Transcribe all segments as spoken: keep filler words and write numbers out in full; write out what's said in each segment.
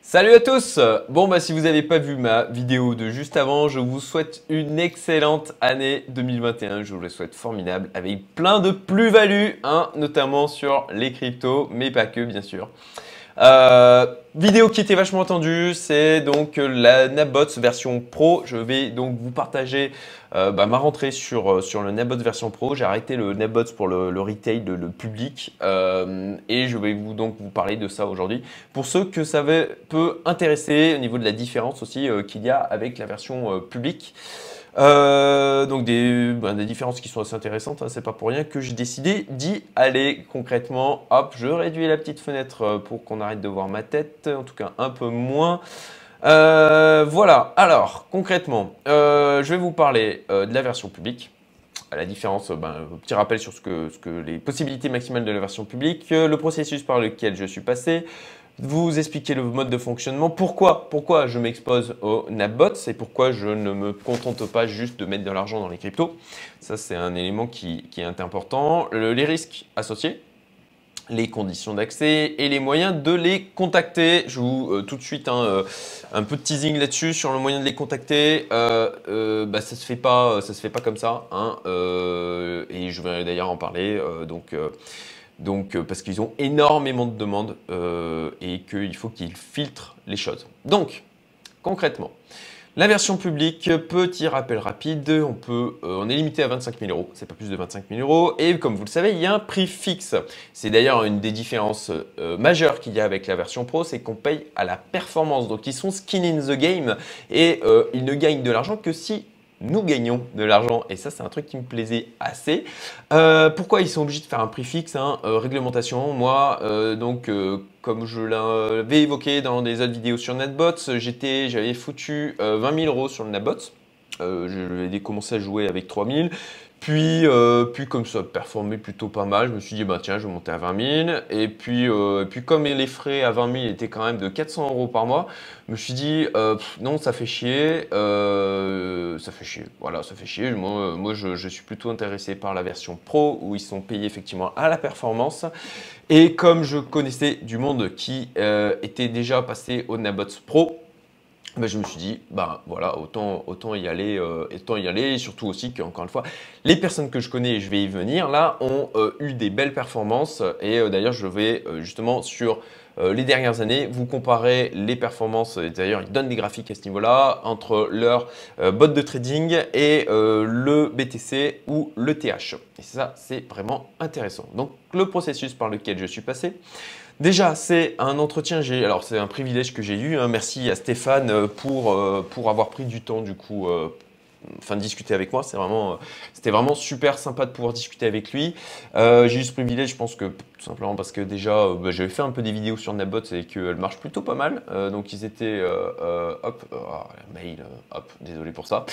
Salut à tous! Bon bah si vous n'avez pas vu ma vidéo de juste avant, je vous souhaite une excellente année deux mille vingt et un. Je vous la souhaite formidable avec plein de plus-values, hein, notamment sur les cryptos, mais pas que bien sûr. Euh, vidéo qui était vachement attendue, c'est donc la Nabots version Pro. Je vais donc vous partager euh, bah, ma rentrée sur, sur le Nabots version Pro. J'ai arrêté le Nabots pour le, le retail, le, le public, euh, et je vais vous donc vous parler de ça aujourd'hui. Pour ceux que ça va, peut intéresser au niveau de la différence aussi euh, qu'il y a avec la version euh, publique. Euh, donc des, ben, des différences qui sont assez intéressantes, hein, c'est pas pour rien que j'ai décidé d'y aller concrètement. Hop, je réduis la petite fenêtre pour qu'on arrête de voir ma tête, en tout cas un peu moins. Euh, voilà, alors concrètement, euh, je vais vous parler euh, de la version publique. À la différence, ben, petit rappel sur ce que, ce que les possibilités maximales de la version publique, le processus par lequel je suis passé, vous expliquer le mode de fonctionnement, pourquoi, pourquoi je m'expose aux Nabots et pourquoi je ne me contente pas juste de mettre de l'argent dans les cryptos. Ça, c'est un élément qui, qui est important. Le, les risques associés, les conditions d'accès et les moyens de les contacter. Je vous euh, tout de suite hein, euh, un peu de teasing là-dessus sur le moyen de les contacter. Euh, euh, bah, ça se fait pas, ça se fait pas comme ça. Hein, euh, et je vais d'ailleurs en parler. Euh, donc euh, Donc, euh, parce qu'ils ont énormément de demandes euh, et qu'il faut qu'ils filtrent les choses. Donc, concrètement, la version publique, petit rappel rapide, on, peut, euh, on est limité à vingt-cinq mille euros, c'est pas plus de vingt-cinq mille euros. Et comme vous le savez, il y a un prix fixe. C'est d'ailleurs une des différences euh, majeures qu'il y a avec la version Pro, c'est qu'on paye à la performance. Donc, ils sont skin in the game et euh, ils ne gagnent de l'argent que si nous gagnons de l'argent et ça c'est un truc qui me plaisait assez. Euh, pourquoi ils sont obligés de faire un prix fixe hein, euh, Réglementation, moi euh, donc euh, comme je l'avais évoqué dans des autres vidéos sur Netbots, j'étais, j'avais foutu euh, vingt mille euros sur le Netbots. Euh, j'ai commencé à jouer avec trois mille. Puis, euh, puis comme ça performait plutôt pas mal, je me suis dit bah tiens je vais monter à vingt mille. Et puis, euh, et puis comme les frais à vingt mille étaient quand même de quatre cents euros par mois, je me suis dit euh, pff, non ça fait chier, euh, ça fait chier, voilà ça fait chier. Moi, moi je, je suis plutôt intéressé par la version Pro où ils sont payés effectivement à la performance. Et comme je connaissais du monde qui euh, était déjà passé au Nabots Pro, ben, je me suis dit, bah voilà, autant, autant y aller, euh, autant y aller, et surtout aussi qu'encore une fois, les personnes que je connais, et je vais y venir, là, ont euh, eu des belles performances. Et euh, d'ailleurs, je vais euh, justement sur euh, les dernières années vous comparer les performances. D'ailleurs, ils donnent des graphiques à ce niveau-là entre leur euh, bot de trading et euh, le B T C ou le T H. Et ça, c'est vraiment intéressant. Donc, le processus par lequel je suis passé. Déjà, c'est un entretien, alors c'est un privilège que j'ai eu, hein. Merci à Stéphane pour, euh, pour avoir pris du temps du coup, euh, enfin de discuter avec moi, c'est vraiment, c'était vraiment super sympa de pouvoir discuter avec lui. Euh, j'ai eu ce privilège, je pense que tout simplement parce que déjà euh, bah, j'avais fait un peu des vidéos sur Nabots et qu'elles marchent plutôt pas mal, euh, donc ils étaient, euh, euh, hop, oh, mail, hop, désolé pour ça.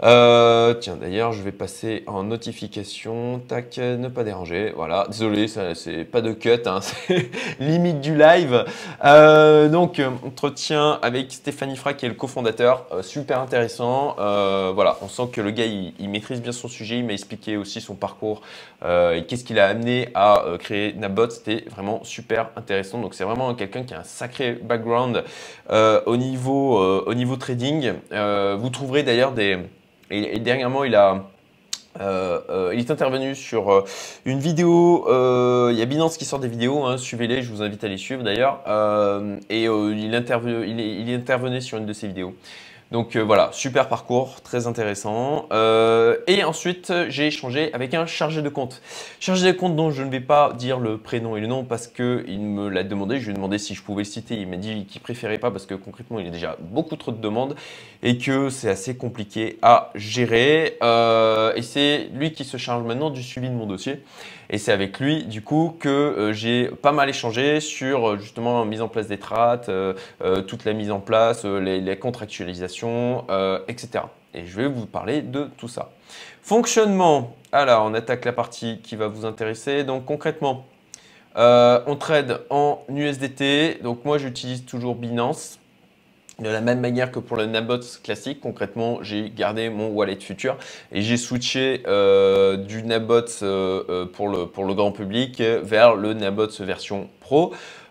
Euh, tiens d'ailleurs je vais passer en notification, tac, ne pas déranger, voilà, désolé, c'est pas de cut, hein, c'est limite du live. Euh, donc entretien avec Stéphanie Fra qui est le cofondateur, euh, super intéressant, euh, voilà. On sent que le gars, il, il maîtrise bien son sujet. Il m'a expliqué aussi son parcours euh, et qu'est-ce qu'il a amené à euh, créer Nabots. C'était vraiment super intéressant. Donc, c'est vraiment quelqu'un qui a un sacré background euh, au, niveau, euh, au niveau trading. Euh, vous trouverez d'ailleurs des… Et, et dernièrement, il a… Euh, euh, il est intervenu sur euh, une vidéo, euh, il y a Binance qui sort des vidéos, hein, suivez-les, je vous invite à les suivre d'ailleurs, euh, et euh, il, interve il, est, il est intervenu sur une de ces vidéos. Donc euh, voilà, super parcours, très intéressant. Euh, et ensuite, j'ai échangé avec un chargé de compte. Chargé de compte dont je ne vais pas dire le prénom et le nom parce qu'il me l'a demandé. Je lui ai demandé si je pouvais le citer. Il m'a dit qu'il préférait pas parce que concrètement, il y a déjà beaucoup trop de demandes et que c'est assez compliqué à gérer. Euh, et c'est lui qui se charge maintenant du suivi de mon dossier. Et c'est avec lui, du coup, que euh, j'ai pas mal échangé sur euh, justement la mise en place des trates, euh, euh, toute la mise en place, euh, les, les contractualisations, euh, et cetera. Et je vais vous parler de tout ça. Fonctionnement. Alors, on attaque la partie qui va vous intéresser. Donc, concrètement, euh, on trade en U S D T. Donc, moi, j'utilise toujours Binance. De la même manière que pour le Nabots classique, concrètement, j'ai gardé mon wallet futur et j'ai switché euh, du Nabots euh, pour, le, pour le grand public vers le Nabots version Pro.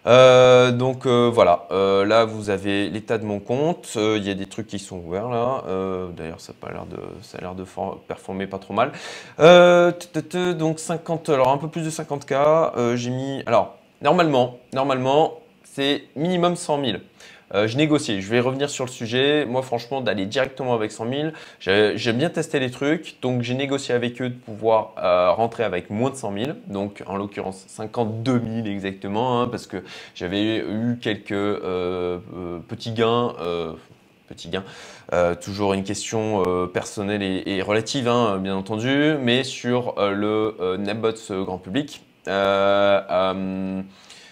Euh, donc euh, voilà, euh, là vous avez l'état de mon compte, euh, il y a des trucs qui sont ouverts là, euh, d'ailleurs ça a l'air de, ça a l'air de performer pas trop mal. Euh, t -t -t, donc cinquante, alors un peu plus de cinquante K, euh, j'ai mis, alors normalement, normalement c'est minimum cent mille. Euh, je négocie, je vais revenir sur le sujet. Moi, franchement, d'aller directement avec cent mille, j'aime bien tester les trucs. Donc, j'ai négocié avec eux de pouvoir euh, rentrer avec moins de cent mille. Donc, en l'occurrence, cinquante-deux mille exactement, hein, parce que j'avais eu quelques euh, euh, petits gains. Euh, Petit gain. Euh, toujours une question euh, personnelle et, et relative, hein, bien entendu, mais sur euh, le euh, Nabots grand public. Euh, euh,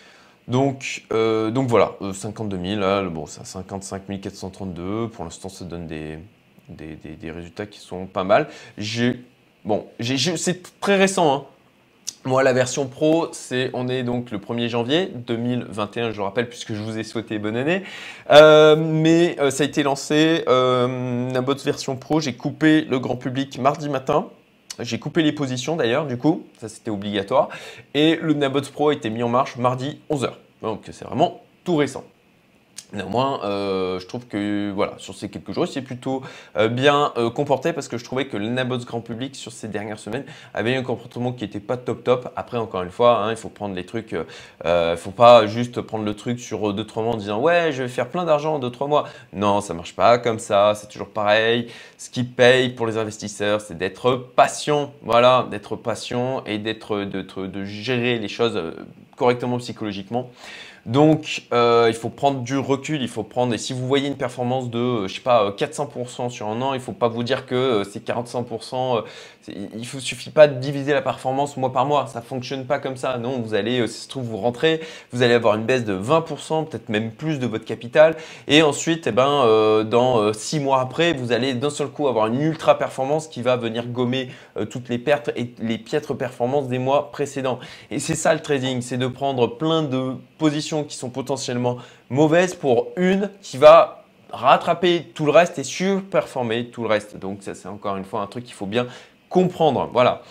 Donc, euh, donc voilà, euh, cinquante-deux mille, là, bon, c'est à cinquante-cinq mille quatre cent trente-deux. Pour l'instant, ça donne des, des, des- des résultats qui sont pas mal. J'ai, bon, j'ai, j'ai- c'est très récent, hein. Moi, la version pro, c'est, on est donc le premier janvier deux mille vingt et un, je le rappelle, puisque je vous ai souhaité bonne année. Euh, mais euh, ça a été lancé, euh, Nabots version pro. J'ai coupé le grand public mardi matin. J'ai coupé les positions d'ailleurs, du coup, ça c'était obligatoire. Et le Nabots Pro a été mis en marche mardi onze heures. Donc c'est vraiment tout récent. Néanmoins, euh, je trouve que voilà, sur ces quelques jours, il s'est plutôt euh, bien euh, comporté parce que je trouvais que le Nabots grand public sur ces dernières semaines avait un comportement qui n'était pas top top. Après, encore une fois, hein, il faut prendre les trucs, euh, il ne faut pas juste prendre le truc sur deux trois mois en disant ouais, je vais faire plein d'argent en deux trois mois. Non, ça ne marche pas comme ça, c'est toujours pareil. Ce qui paye pour les investisseurs, c'est d'être patient, voilà, d'être patient et d'être, de, de gérer les choses correctement psychologiquement. Donc, euh, il faut prendre du recul, il faut prendre, et si vous voyez une performance de, euh, je sais pas, quatre cents pour cent sur un an, il ne faut pas vous dire que euh, c'est quarante-cinq pour cent, euh, il ne suffit pas de diviser la performance mois par mois, ça ne fonctionne pas comme ça. Non, vous allez, euh, si ça se trouve, vous rentrez, vous allez avoir une baisse de vingt pour cent, peut-être même plus de votre capital, et ensuite, eh ben, euh, dans euh, six mois après, vous allez d'un seul coup avoir une ultra performance qui va venir gommer euh, toutes les pertes et les piètres performances des mois précédents. Et c'est ça le trading, c'est de prendre plein de positions qui sont potentiellement mauvaises pour une qui va rattraper tout le reste et surperformer tout le reste. Donc ça, c'est encore une fois un truc qu'il faut bien comprendre. Voilà.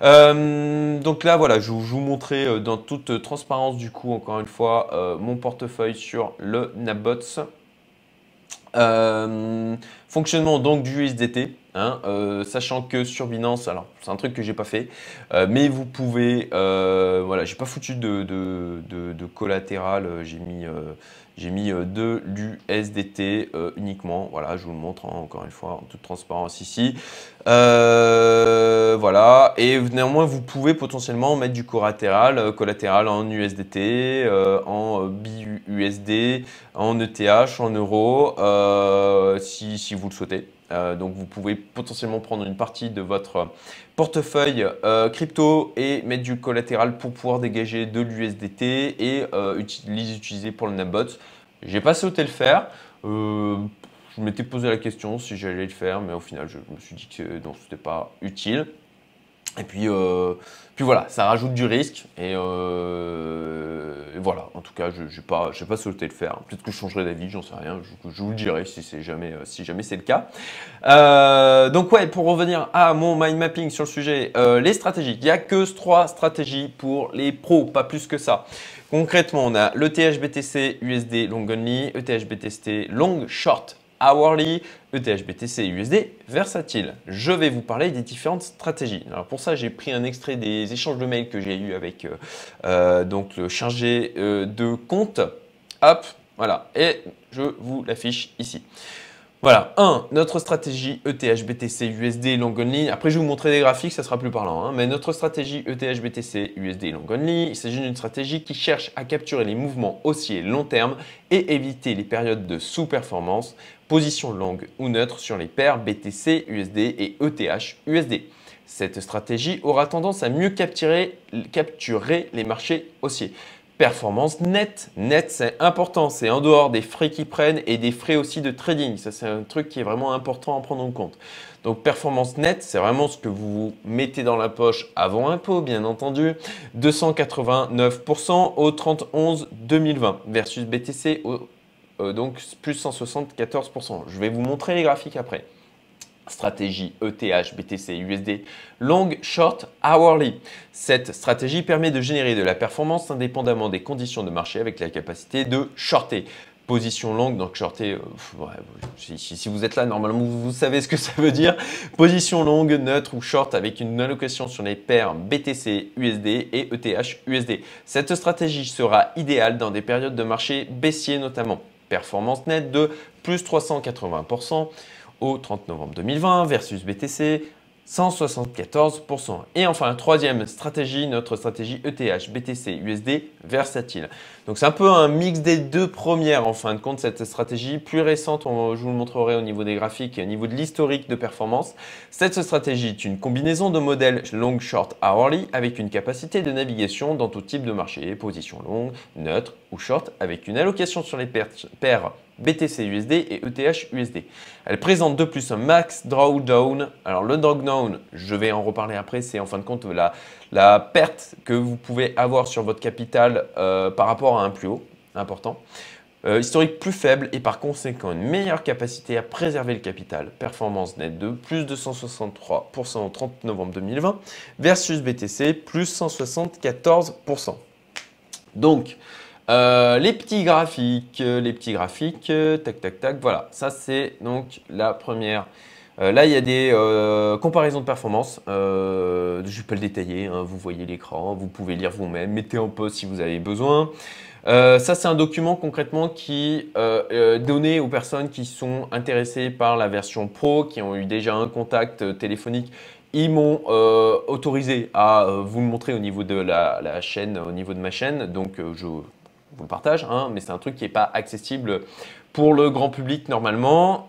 Euh, donc là, voilà, je, je vous montrer euh, dans toute transparence du coup, encore une fois, euh, mon portefeuille sur le Nabots. Euh, fonctionnement donc du U S D T, hein, euh, sachant que sur Binance, alors c'est un truc que j'ai pas fait, euh, mais vous pouvez, euh, voilà, j'ai pas foutu de, de, de, de collatéral, j'ai mis, euh, j'ai mis euh, de l'U S D T euh, uniquement, voilà, je vous le montre hein, encore une fois en toute transparence ici. Euh, voilà, et néanmoins vous pouvez potentiellement mettre du collatéral, euh, collatéral en U S D T, euh, en B U S D, en E T H, en euros, euh, si, si vous le souhaitez. Euh, donc vous pouvez potentiellement prendre une partie de votre portefeuille euh, crypto et mettre du collatéral pour pouvoir dégager de l'U S D T et euh, les utiliser pour le Nabots. J'ai pas sauté le faire. Euh, je m'étais posé la question si j'allais le faire, mais au final, je me suis dit que non, ce n'était pas utile. Et puis, euh, puis voilà, ça rajoute du risque. Et, euh, et voilà, en tout cas, je n'ai pas, pas sauté le faire. Peut-être que je changerai d'avis, j'en sais rien. Je, je vous le dirai si, jamais, si jamais c'est le cas. Euh, donc ouais, pour revenir à mon mind mapping sur le sujet, euh, les stratégies. Il n'y a que trois stratégies pour les pros, pas plus que ça. Concrètement, on a le T H B T C U S D long only, E T H B T C long short hourly, E T H B T C U S D versatile. Je vais vous parler des différentes stratégies. Alors pour ça, j'ai pris un extrait des échanges de mails que j'ai eu avec euh, euh, donc le chargé euh, de compte. Hop, voilà, et je vous l'affiche ici. Voilà, un, notre stratégie E T H B T C U S D long only. Après, je vais vous montrer des graphiques, ça sera plus parlant. Hein. Mais notre stratégie E T H B T C U S D long only, il s'agit d'une stratégie qui cherche à capturer les mouvements haussiers long terme et éviter les périodes de sous-performance, position longue ou neutre sur les paires B T C U S D et E T H U S D. Cette stratégie aura tendance à mieux capturer, capturer les marchés haussiers. Performance nette, net c'est important, c'est en dehors des frais qu'ils prennent et des frais aussi de trading. Ça c'est un truc qui est vraiment important à prendre en compte. Donc performance nette, c'est vraiment ce que vous mettez dans la poche avant impôt, bien entendu. deux cent quatre-vingt-neuf pour cent au trente onze deux mille vingt versus B T C au, euh, donc plus cent soixante-quatorze pour cent. Je vais vous montrer les graphiques après. Stratégie E T H, B T C, U S D, long, short, hourly. Cette stratégie permet de générer de la performance indépendamment des conditions de marché avec la capacité de shorter. Position longue, donc shorter, euh, ouais, si, si vous êtes là, normalement vous, vous savez ce que ça veut dire. Position longue, neutre ou short avec une allocation sur les paires B T C U S D et E T H U S D. Cette stratégie sera idéale dans des périodes de marché baissier notamment. Performance nette de plus trois cent quatre-vingts pour cent au trente novembre deux mille vingt versus B T C cent soixante-quatorze pour cent. Et enfin, troisième stratégie, notre stratégie E T H, B T C, U S D versatile. Donc c'est un peu un mix des deux premières en fin de compte, cette stratégie plus récente, on, je vous le montrerai au niveau des graphiques et au niveau de l'historique de performance. Cette stratégie est une combinaison de modèles long, short, hourly avec une capacité de navigation dans tout type de marché, position longue, neutre ou short avec une allocation sur les paires B T C U S D et E T H U S D. Elle présente de plus un max drawdown. Alors le drawdown, je vais en reparler après, c'est en fin de compte la, la perte que vous pouvez avoir sur votre capital euh, par rapport à un plus haut, important. Euh, historique plus faible et par conséquent une meilleure capacité à préserver le capital. Performance nette de plus de cent soixante-trois pour cent au trente novembre deux mille vingt versus B T C plus cent soixante-quatorze pour cent. Donc, Euh, les petits graphiques, les petits graphiques, euh, tac, tac, tac, voilà. Ça, c'est donc la première. Euh, là, il y a des euh, comparaisons de performance. Euh, je ne vais pas le détailler, hein, vous voyez l'écran, vous pouvez lire vous-même, mettez en pause si vous avez besoin. Euh, ça, c'est un document concrètement qui euh, euh, donné aux personnes qui sont intéressées par la version pro, qui ont eu déjà un contact téléphonique. Ils m'ont euh, autorisé à euh, vous le montrer au niveau de la, la chaîne, au niveau de ma chaîne. Donc, euh, je vous le partage, hein, mais c'est un truc qui n'est pas accessible pour le grand public normalement.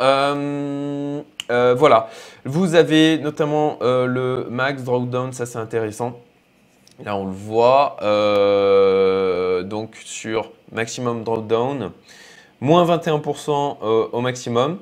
Euh, euh, voilà, vous avez notamment euh, le max drawdown, ça c'est intéressant. Là on le voit, euh, donc sur maximum drawdown, moins vingt et un pour cent euh, au maximum.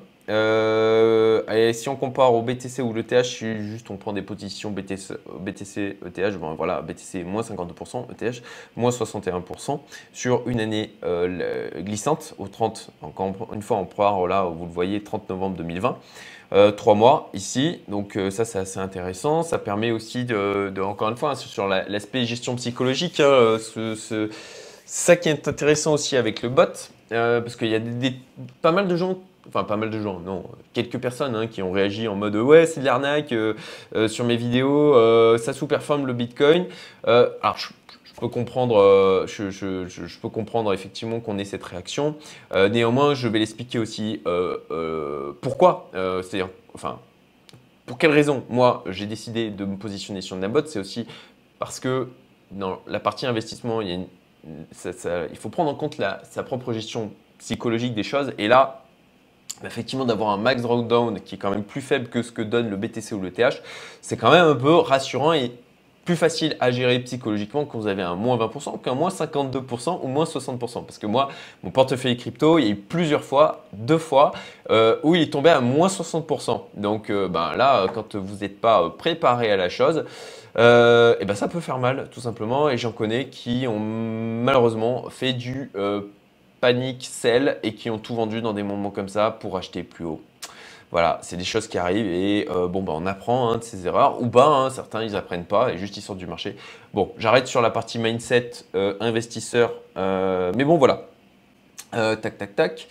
Euh, et si on compare au B T C ou l'E T H, juste on prend des positions B T C, B T C E T H, bon, voilà, B T C moins cinquante-deux pour cent, E T H moins soixante et un pour cent sur une année euh, glissante au trente, encore une fois on prend là, vous le voyez, trente novembre deux mille vingt. Euh, trois mois ici, donc euh, ça c'est assez intéressant. Ça permet aussi de, de encore une fois, hein, sur l'aspect gestion psychologique, hein, ce, ce, ça qui est intéressant aussi avec le bot, euh, parce qu'il y a des, des, pas mal de gens. Enfin, pas mal de gens, non, quelques personnes hein, qui ont réagi en mode « ouais, c'est de l'arnaque euh, euh, sur mes vidéos, euh, ça sous-performe le Bitcoin euh, ». Alors, je, je, peux comprendre, euh, je, je, je, je peux comprendre effectivement qu'on ait cette réaction. Euh, néanmoins, je vais l'expliquer aussi euh, euh, pourquoi. Euh, C'est-à-dire, enfin, pour quelle raison moi, j'ai décidé de me positionner sur Nabot. C'est aussi parce que dans la partie investissement, il, y a une, ça, ça, il faut prendre en compte la, sa propre gestion psychologique des choses. Et là, effectivement, d'avoir un max drawdown qui est quand même plus faible que ce que donne le B T C ou le T H, c'est quand même un peu rassurant et plus facile à gérer psychologiquement quand vous avez un moins vingt pour cent qu'un moins cinquante-deux pour cent ou moins soixante pour cent. Parce que moi, mon portefeuille crypto, il y a eu plusieurs fois, deux fois, euh, où il est tombé à moins soixante pour cent. Donc euh, ben, là, quand vous n'êtes pas préparé à la chose, euh, et ben, ça peut faire mal tout simplement. Et j'en connais qui ont malheureusement fait du euh, panique sell et qui ont tout vendu dans des moments comme ça pour acheter plus haut. Voilà, c'est des choses qui arrivent et euh, bon, bah, on apprend hein, de ces erreurs ou pas, hein, certains ils apprennent pas et juste ils sortent du marché. Bon, j'arrête sur la partie mindset euh, investisseur, euh, mais bon voilà, euh, tac tac tac.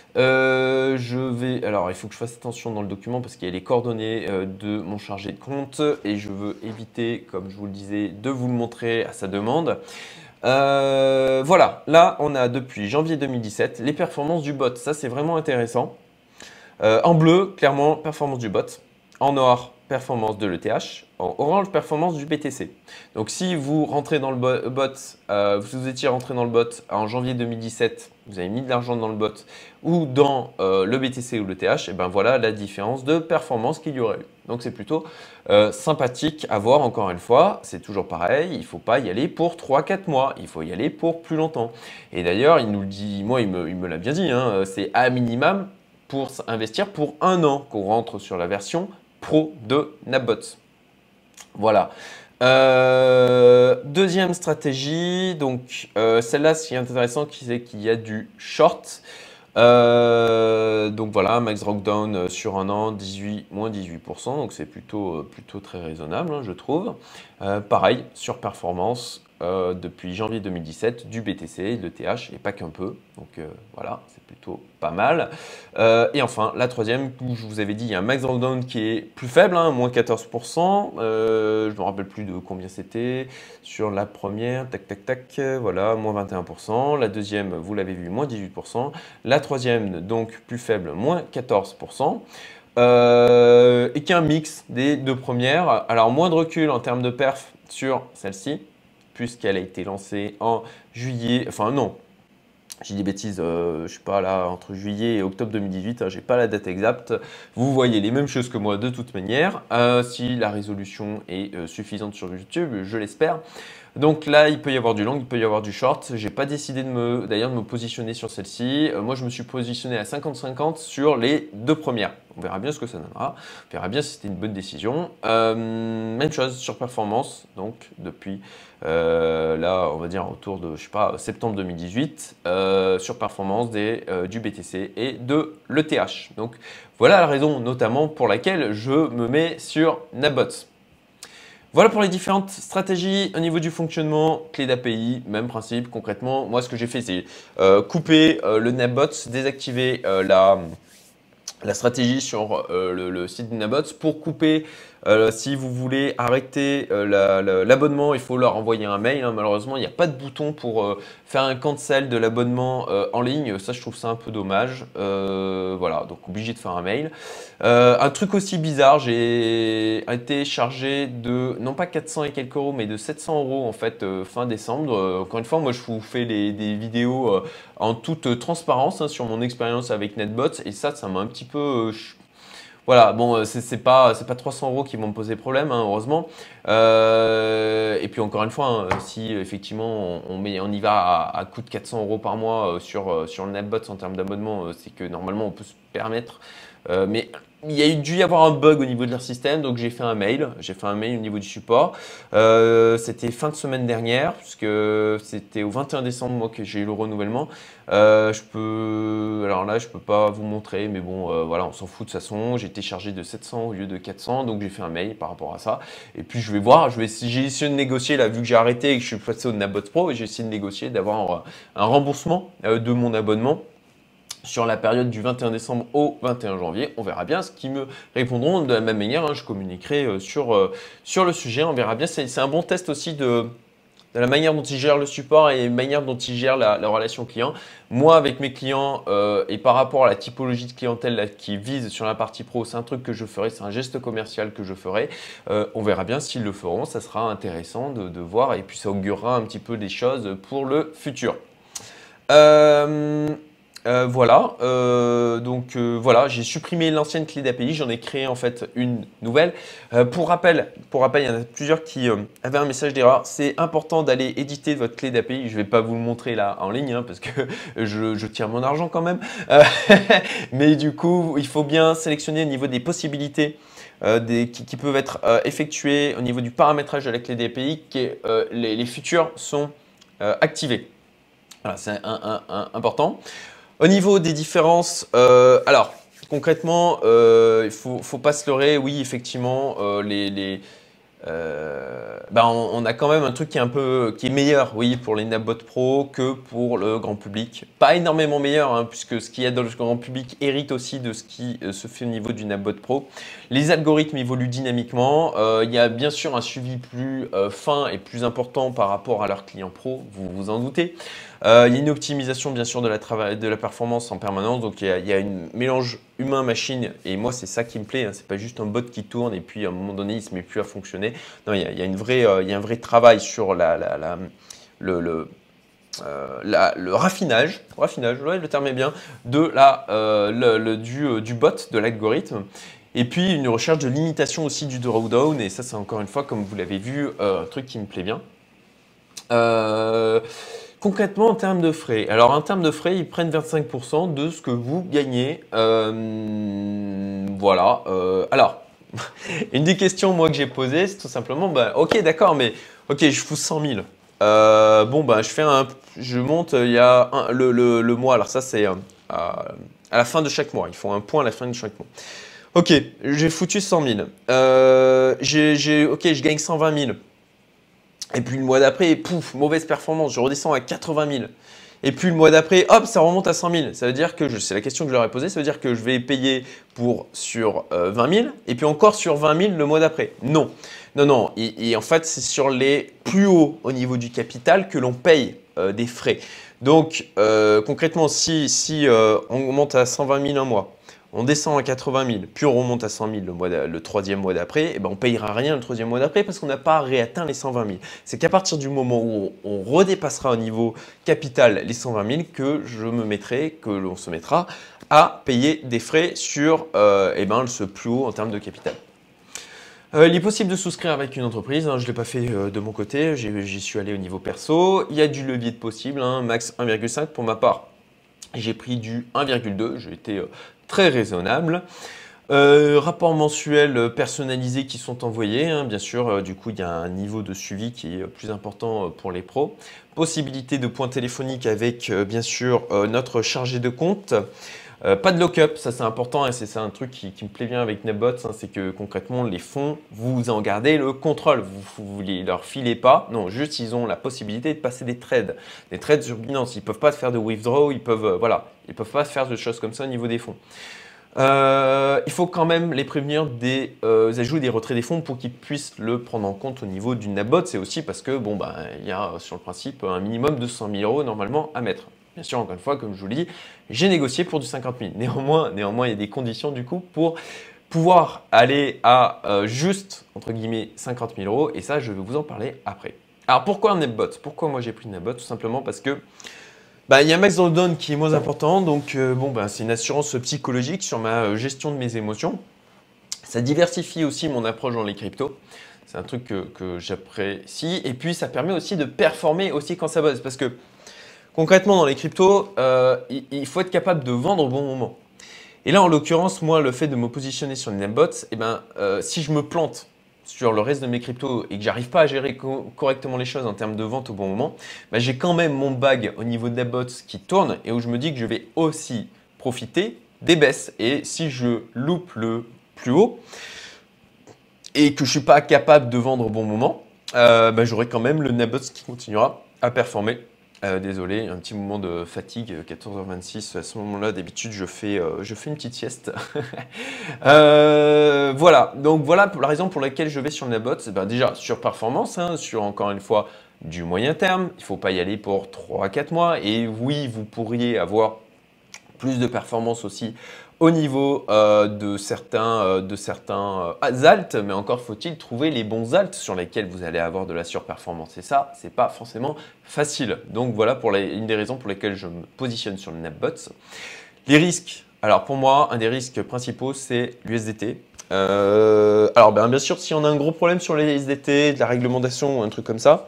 Euh, je vais, alors il faut que je fasse attention dans le document parce qu'il y a les coordonnées euh, de mon chargé de compte et je veux éviter, comme je vous le disais, de vous le montrer à sa demande. Euh, voilà, là on a depuis janvier deux mille dix-sept les performances du bot, ça c'est vraiment intéressant. Euh, en bleu, clairement, performance du bot. En noir, performance de l'E T H. En orange, performance du B T C. Donc si vous rentrez dans le bot, euh, vous étiez rentré dans le bot en janvier deux mille dix-sept, vous avez mis de l'argent dans le bot ou dans euh, le B T C ou le T H, et ben voilà la différence de performance qu'il y aurait eu. Donc c'est plutôt euh, sympathique à voir encore une fois. C'est toujours pareil, il ne faut pas y aller pour trois quatre mois, il faut y aller pour plus longtemps. Et d'ailleurs, il nous le dit, moi il me, il me l'a bien dit, hein, c'est à minimum pour investir pour un an qu'on rentre sur la version pro de Nabot. Voilà. Euh, deuxième stratégie, donc euh, celle-là, ce qui est intéressant, c'est qu'il y a du short. Euh, donc voilà, max drawdown sur un an, dix-huit, moins dix-huit pour cent, donc c'est plutôt, plutôt très raisonnable, hein, je trouve. Euh, pareil, sur performance, euh, depuis janvier deux mille dix-sept, du B T C, de l'E T H, et pas qu'un peu, donc euh, voilà, c'est plutôt pas mal. Euh, et enfin, la troisième, où je vous avais dit, il y a un max drawdown qui est plus faible, hein, moins quatorze pour cent, euh, je ne me rappelle plus de combien c'était. Sur la première, tac, tac, tac, voilà, moins vingt et un pour cent. La deuxième, vous l'avez vu, moins dix-huit pour cent. La troisième, donc plus faible, moins quatorze pour cent. Euh, et qui est un mix des deux premières. Alors, moins de recul en termes de perf sur celle-ci, puisqu'elle a été lancée en juillet, enfin non, j'ai des bêtises, euh, je ne suis pas là entre juillet et octobre deux mille dix-huit, hein, je n'ai pas la date exacte. Vous voyez les mêmes choses que moi de toute manière. Euh, si la résolution est euh, suffisante sur YouTube, je l'espère. Donc là, il peut y avoir du long, il peut y avoir du short. J'ai pas décidé de me, d'ailleurs de me positionner sur celle-ci. Euh, moi, je me suis positionné à cinquante cinquante sur les deux premières. On verra bien ce que ça donnera. On verra bien si c'était une bonne décision. Euh, même chose sur performance. Donc depuis euh, là, on va dire autour de, je sais pas, septembre deux mille dix-huit, euh, sur performance des, euh, du B T C et de l'E T H. Donc voilà la raison notamment pour laquelle je me mets sur Napbots. Voilà pour les différentes stratégies au niveau du fonctionnement, clé d'A P I, même principe concrètement. Moi, ce que j'ai fait, c'est euh, couper euh, le Napbots, désactiver euh, la, la stratégie sur euh, le, le site de Napbots pour couper. Euh, si vous voulez arrêter euh, l'abonnement, la, la, il faut leur envoyer un mail. Hein. Malheureusement, il n'y a pas de bouton pour euh, faire un cancel de l'abonnement euh, en ligne. Ça, je trouve ça un peu dommage. Euh, voilà, donc obligé de faire un mail. Euh, un truc aussi bizarre, j'ai été chargé de, non pas quatre cents et quelques euros, mais de sept cents euros en fait euh, fin décembre. Euh, encore une fois, moi, je vous fais les, des vidéos euh, en toute transparence hein, sur mon expérience avec Napbots. Et ça, ça m'a un petit peu... Euh, Voilà, bon, c'est pas, c'est pas trois cents euros qui vont me poser problème, hein, heureusement. Euh, et puis encore une fois, hein, si effectivement on, on, met, on y va à, à coût de quatre cents euros par mois euh, sur, sur le Napbots en termes d'abonnement, euh, c'est que normalement on peut se permettre. Euh, mais il y a dû y avoir un bug au niveau de leur système, donc j'ai fait un mail. J'ai fait un mail au niveau du support. Euh, c'était fin de semaine dernière, puisque c'était au vingt et un décembre moi que j'ai eu le renouvellement. Euh, je peux, alors là, je peux pas vous montrer, mais bon, euh, voilà, on s'en fout de toute façon. J'ai été chargé de sept cents au lieu de quatre cents, donc j'ai fait un mail par rapport à ça. Et puis je vais voir, je vais, j'ai essayé de négocier là, vu que j'ai arrêté et que je suis passé au Napbots Pro, et j'ai essayé de négocier d'avoir un remboursement euh, de mon abonnement sur la période du vingt et un décembre au vingt et un janvier. On verra bien ce qu'ils me répondront. De la même manière, hein, je communiquerai sur, euh, sur le sujet. On verra bien. C'est un bon test aussi de, de la manière dont ils gèrent le support et la manière dont ils gèrent la, la relation client. Moi, avec mes clients euh, et par rapport à la typologie de clientèle là, qui vise sur la partie pro, c'est un truc que je ferai, c'est un geste commercial que je ferai. Euh, on verra bien s'ils le feront. Ça sera intéressant de, de voir et puis ça augurera un petit peu des choses pour le futur. Euh, Euh, voilà, euh, donc euh, voilà, j'ai supprimé l'ancienne clé d'A P I, j'en ai créé en fait une nouvelle. Euh, pour rappel, pour rappel, il y en a plusieurs qui euh, avaient un message d'erreur. C'est important d'aller éditer votre clé d'A P I. Je ne vais pas vous le montrer là en ligne hein, parce que je, je tire mon argent quand même. Euh, mais du coup, il faut bien sélectionner au niveau des possibilités euh, des, qui, qui peuvent être euh, effectuées au niveau du paramétrage de la clé d'A P I, qui est, euh, les, les features sont euh, activées. Voilà, c'est un, un, un, important. Au niveau des différences, euh, alors concrètement, euh, il ne faut, faut pas se leurrer. Oui, effectivement, euh, les, les, euh, bah on, on a quand même un truc qui est un peu qui est meilleur, oui, pour les Napbots Pro que pour le grand public. Pas énormément meilleur, hein, puisque ce qu'il y a dans le grand public hérite aussi de ce qui euh, se fait au niveau du Napbot Pro. Les algorithmes évoluent dynamiquement. Euh, il y a bien sûr un suivi plus euh, fin et plus important par rapport à leurs clients pro, vous vous en doutez. Euh, il y a une optimisation bien sûr de la, de la performance en permanence, donc il y a, il y a un mélange humain-machine et moi c'est ça qui me plaît, hein. C'est pas juste un bot qui tourne et puis à un moment donné il se met plus à fonctionner. Non, il y a, il y a, une vraie, euh, il y a un vrai travail sur la, la, la, le, le, euh, la, le raffinage, raffinage ouais, le terme est bien, de la, euh, le, le, du, euh, du bot, de l'algorithme. Et puis une recherche de limitation aussi du drawdown et ça c'est encore une fois comme vous l'avez vu euh, un truc qui me plaît bien. Euh, Concrètement, en termes de frais, alors en termes de frais, ils prennent vingt-cinq pour cent de ce que vous gagnez. Euh, voilà. Euh, alors, une des questions moi que j'ai posées, c'est tout simplement, bah, ok, d'accord, mais ok, je fous cent mille. Euh, bon, bah, je fais un, je monte, il y a un, le, le, le mois. Alors ça, c'est à, à la fin de chaque mois. Ils font un point à la fin de chaque mois. Ok, j'ai foutu cent mille. Euh, j'ai, j'ai, ok, je gagne cent vingt mille. Et puis le mois d'après, pouf, mauvaise performance, je redescends à quatre-vingt mille. Et puis le mois d'après, hop, ça remonte à cent mille. Ça veut dire que, c'est la question que je leur ai posée, ça veut dire que je vais payer pour sur euh, vingt mille et puis encore sur vingt mille le mois d'après. Non, non, non. Et, et en fait, c'est sur les plus hauts au niveau du capital que l'on paye euh, des frais. Donc euh, concrètement, si, si euh, on monte à cent vingt mille un mois, on descend à quatre-vingt mille, puis on remonte à cent mille le, mois le troisième mois d'après, et ben on ne payera rien le troisième mois d'après parce qu'on n'a pas réatteint les cent vingt mille. C'est qu'à partir du moment où on redépassera au niveau capital les cent vingt mille que je me mettrai, que l'on se mettra à payer des frais sur euh, eh ben, ce plus haut en termes de capital. Euh, il est possible de souscrire avec une entreprise, hein, je ne l'ai pas fait euh, de mon côté, j'y suis allé au niveau perso. Il y a du levier de possible, hein, max un virgule cinq pour ma part. J'ai pris du un virgule deux, j'ai été euh, très raisonnable. Euh, rapports mensuels personnalisés qui sont envoyés, hein, bien sûr, euh, du coup il y a un niveau de suivi qui est plus important pour les pros. Possibilité de points téléphoniques avec euh, bien sûr euh, notre chargé de compte. Euh, pas de lock-up, ça c'est important et c'est un truc qui, qui me plaît bien avec Netbots, hein, c'est que concrètement les fonds, vous en gardez le contrôle, vous ne leur filez pas, non, juste ils ont la possibilité de passer des trades, des trades sur Binance, ils ne peuvent pas faire de withdraw, ils peuvent, euh, voilà, ils peuvent pas faire de choses comme ça au niveau des fonds. Euh, il faut quand même les prévenir des euh, ajouts et des retraits des fonds pour qu'ils puissent le prendre en compte au niveau du Netbot. C'est aussi parce que bon bah il y a sur le principe un minimum de cent mille euros normalement à mettre. Bien sûr, encore une fois, comme je vous le dis, j'ai négocié pour du cinquante mille. Néanmoins, néanmoins, il y a des conditions du coup pour pouvoir aller à euh, juste entre guillemets cinquante mille euros et ça, je vais vous en parler après. Alors pourquoi un Netbot? Pourquoi moi j'ai pris Netbot? Tout simplement parce que bah, il y a un max dans le down qui est moins important, donc euh, bon, bah, c'est une assurance psychologique sur ma euh, gestion de mes émotions. Ça diversifie aussi mon approche dans les cryptos. C'est un truc que, que j'apprécie. Et puis, ça permet aussi de performer aussi quand ça buzz. Parce que concrètement, dans les cryptos, euh, il, il faut être capable de vendre au bon moment. Et là, en l'occurrence, moi, le fait de me positionner sur les Netbots, eh ben, euh, si je me plante sur le reste de mes cryptos et que j'arrive pas à gérer co correctement les choses en termes de vente au bon moment, bah, j'ai quand même mon bag au niveau de Netbots qui tourne et où je me dis que je vais aussi profiter des baisses. Et si je loupe le plus haut et que je suis pas capable de vendre au bon moment, euh, bah, j'aurai quand même le Netbots qui continuera à performer. Euh, désolé, un petit moment de fatigue, quatorze heures vingt-six, à ce moment-là, d'habitude, je, fais, euh, je fais une petite sieste. euh, voilà, donc voilà pour la raison pour laquelle je vais sur Netbots. Ben déjà, sur performance, hein, sur encore une fois du moyen terme, il ne faut pas y aller pour trois à quatre mois. Et oui, vous pourriez avoir plus de performance aussi au niveau euh, de certains, euh, de certains euh, alts, mais encore faut-il trouver les bons alts sur lesquels vous allez avoir de la surperformance. Et ça, ce n'est pas forcément facile. Donc voilà pour les, une des raisons pour lesquelles je me positionne sur le Netbots. Les risques, alors pour moi, un des risques principaux, c'est l'U S D T. Euh, alors ben, bien sûr, si on a un gros problème sur les U S D T, de la réglementation ou un truc comme ça,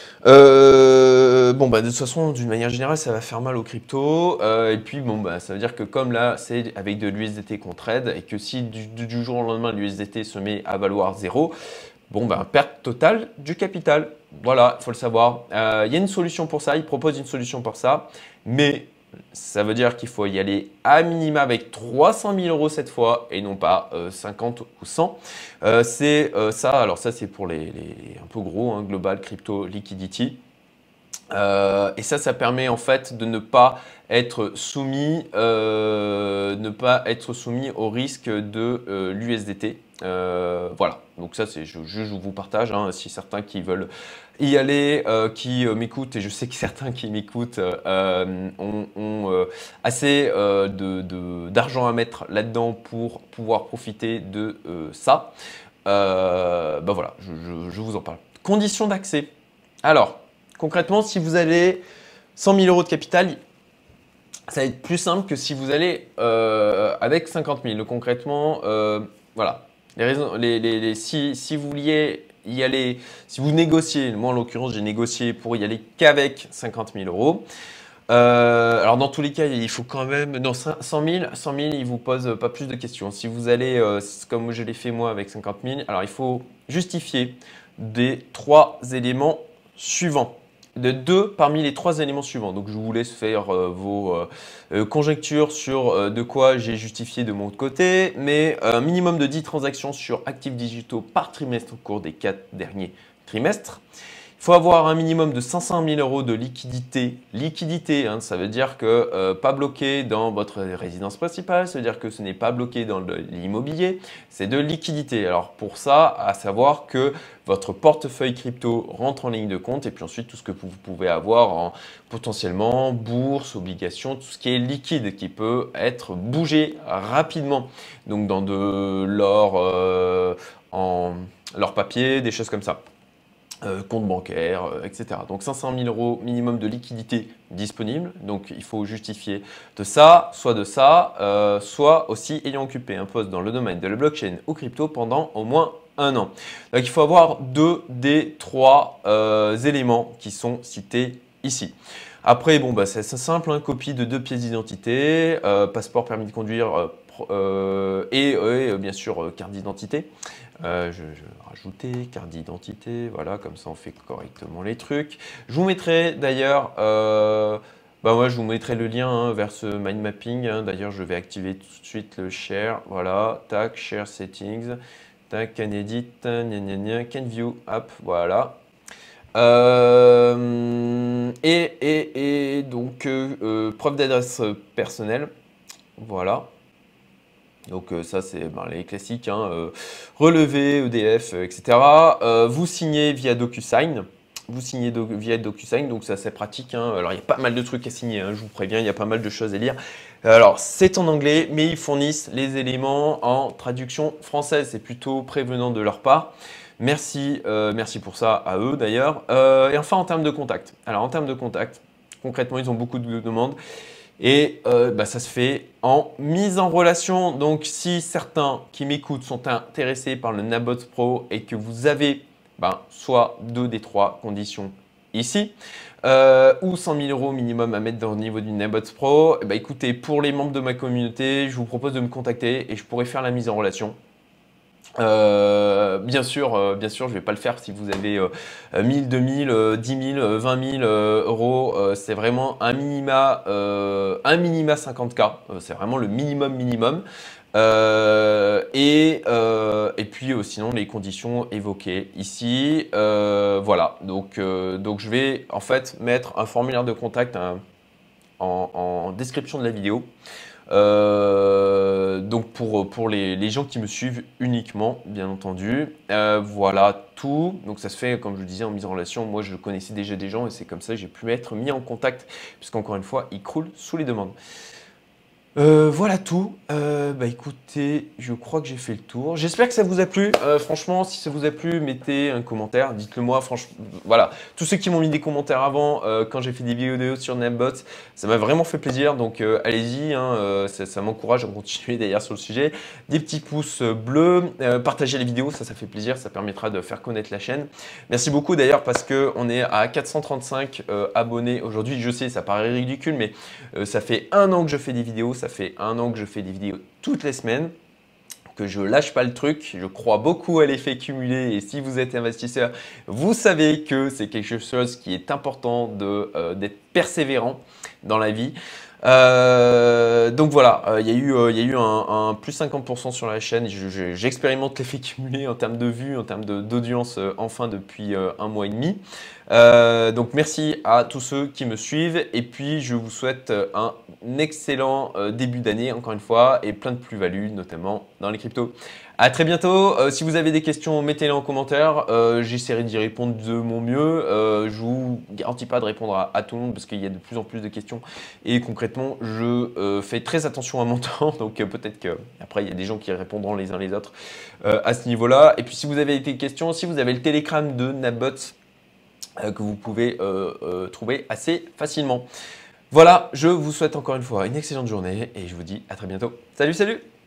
Euh, bon bah de toute façon d'une manière générale ça va faire mal aux cryptos euh, et puis bon bah ça veut dire que comme là c'est avec de l'U S D T qu'on trade et que si du, du jour au lendemain l'U S D T se met à valoir zéro, bon bah perte totale du capital, voilà, il faut le savoir. Euh, il y a une solution pour ça, il propose une solution pour ça, mais ça veut dire qu'il faut y aller à minima avec trois cent mille euros cette fois et non pas euh, cinquante ou cent. Euh, c'est euh, ça, alors ça c'est pour les, les un peu gros, hein, Global Crypto Liquidity. Euh, et ça, ça permet en fait de ne pas être soumis, euh, ne pas être soumis au risque de euh, l'U S D T. Euh, voilà, donc ça c'est je, je, je vous partage, hein, si certains qui veulent y aller, euh, qui euh, m'écoutent, et je sais que certains qui m'écoutent euh, ont, ont euh, assez euh, d'argent à mettre là-dedans pour pouvoir profiter de euh, ça. Euh, ben voilà, je, je, je vous en parle. Conditions d'accès. Alors, concrètement, si vous avez cent mille euros de capital, ça va être plus simple que si vous allez euh, avec cinquante mille. Donc, concrètement, euh, voilà. Les raisons, les, les, les, si, si vous vouliez y aller, si vous négociez, moi en l'occurrence, j'ai négocié pour y aller qu'avec cinquante mille euros. Euh, alors dans tous les cas, il faut quand même, non, cent mille, cent mille, il vous pose pas plus de questions. Si vous allez, euh, comme je l'ai fait moi avec cinquante mille, alors il faut justifier des trois éléments suivants. de deux parmi les trois éléments suivants. Donc je vous laisse faire euh, vos euh, conjectures sur euh, de quoi j'ai justifié de mon côté, mais un minimum de dix transactions sur actifs digitaux par trimestre au cours des quatre derniers trimestres. Il faut avoir un minimum de cinq cent mille euros de liquidité. Liquidité, hein, ça veut dire que euh, pas bloqué dans votre résidence principale, ça veut dire que ce n'est pas bloqué dans l'immobilier, c'est de liquidité. Alors pour ça, à savoir que votre portefeuille crypto rentre en ligne de compte et puis ensuite tout ce que vous pouvez avoir en potentiellement bourse, obligations, tout ce qui est liquide qui peut être bougé rapidement. Donc dans de l'or euh, en l'or papier, des choses comme ça. Euh, compte bancaire, euh, et cetera. Donc cinq cent mille euros minimum de liquidité disponible. Donc il faut justifier de ça, soit de ça, euh, soit aussi ayant occupé un poste dans le domaine de la blockchain ou crypto pendant au moins un an. Donc il faut avoir deux des trois euh, éléments qui sont cités ici. Après, bon, bah, c'est assez simple, hein, copie de deux pièces d'identité, euh, passeport, permis de conduire euh, euh, et, et bien sûr euh, carte d'identité. Euh, je, je vais rajouter carte d'identité, voilà, comme ça on fait correctement les trucs. Je vous mettrai d'ailleurs, euh, bah moi je vous mettrai le lien hein, vers ce mind mapping. Hein. D'ailleurs, je vais activer tout de suite le share, voilà, tac, share settings, tac, can edit, gna gna gna, can view, hop, voilà. Euh, et, et, et donc euh, euh, preuve d'adresse personnelle, voilà. Donc euh, ça, c'est ben, les classiques, hein, euh, relevé, E D F, euh, et cetera. Euh, vous signez via DocuSign. Vous signez do via DocuSign, donc c'est assez pratique. Hein. Alors, il y a pas mal de trucs à signer, hein, je vous préviens, il y a pas mal de choses à lire. Alors, c'est en anglais, mais ils fournissent les éléments en traduction française. C'est plutôt prévenant de leur part. Merci, euh, merci pour ça à eux d'ailleurs. Euh, et enfin, en termes de contact. Alors, en termes de contact, concrètement, ils ont beaucoup de demandes. Et euh, bah, ça se fait en mise en relation. Donc, si certains qui m'écoutent sont intéressés par le Nabots Pro et que vous avez bah, soit deux des trois conditions ici, euh, ou cent mille euros minimum à mettre au niveau du Nabots Pro, bah, écoutez, pour les membres de ma communauté, je vous propose de me contacter et je pourrai faire la mise en relation. Euh, bien sûr, euh, bien sûr, je ne vais pas le faire si vous avez euh, mille, deux mille, euh, dix mille, euh, vingt mille euh, euros. Euh, c'est vraiment un minima, euh, un minima cinquante K. Euh, c'est vraiment le minimum minimum. Euh, et, euh, et puis euh, sinon les conditions évoquées ici. Euh, voilà. Donc, euh, donc je vais en fait mettre un formulaire de contact hein, en, en description de la vidéo. Euh, donc pour, pour les, les gens qui me suivent uniquement, bien entendu. Euh, voilà tout. Donc ça se fait, comme je le disais, en mise en relation. Moi, je connaissais déjà des gens et c'est comme ça que j'ai pu être mis en contact, puisqu'encore une fois, ils croulent sous les demandes. Euh, voilà tout. Euh, bah écoutez, je crois que j'ai fait le tour. J'espère que ça vous a plu. Euh, franchement, si ça vous a plu, mettez un commentaire. Dites-le moi. Franchement, voilà. Tous ceux qui m'ont mis des commentaires avant, euh, quand j'ai fait des vidéos sur Nabots, ça m'a vraiment fait plaisir. Donc euh, allez-y, hein, euh, ça, ça m'encourage à continuer d'ailleurs sur le sujet. Des petits pouces bleus, euh, partagez les vidéos, ça, ça fait plaisir. Ça permettra de faire connaître la chaîne. Merci beaucoup d'ailleurs parce que on est à quatre cent trente-cinq euh, abonnés aujourd'hui. Je sais, ça paraît ridicule, mais euh, ça fait un an que je fais des vidéos. Ça fait un an que je fais des vidéos toutes les semaines, que je lâche pas le truc. Je crois beaucoup à l'effet cumulé et si vous êtes investisseur, vous savez que c'est quelque chose qui est important de, euh, d'être persévérant dans la vie. Euh, donc voilà, il euh, y a eu, euh, y a eu un, un plus cinquante pour cent sur la chaîne. J'expérimente l'effet cumulé en termes de vues, en termes d'audience euh, enfin depuis euh, un mois et demi. Euh, donc merci à tous ceux qui me suivent et puis je vous souhaite un excellent euh, début d'année encore une fois et plein de plus-values notamment dans les cryptos. À très bientôt. Euh, si vous avez des questions, mettez-les en commentaire. Euh, J'essaierai d'y répondre de mon mieux. Euh, je vous garantis pas de répondre à, à tout le monde parce qu'il y a de plus en plus de questions. Et concrètement, je euh, fais très attention à mon temps. Donc euh, peut-être qu'après, il y a des gens qui répondront les uns les autres euh, à ce niveau-là. Et puis si vous avez des questions, si vous avez le Telegram de Nabots euh, que vous pouvez euh, euh, trouver assez facilement. Voilà, je vous souhaite encore une fois une excellente journée et je vous dis à très bientôt. Salut, salut!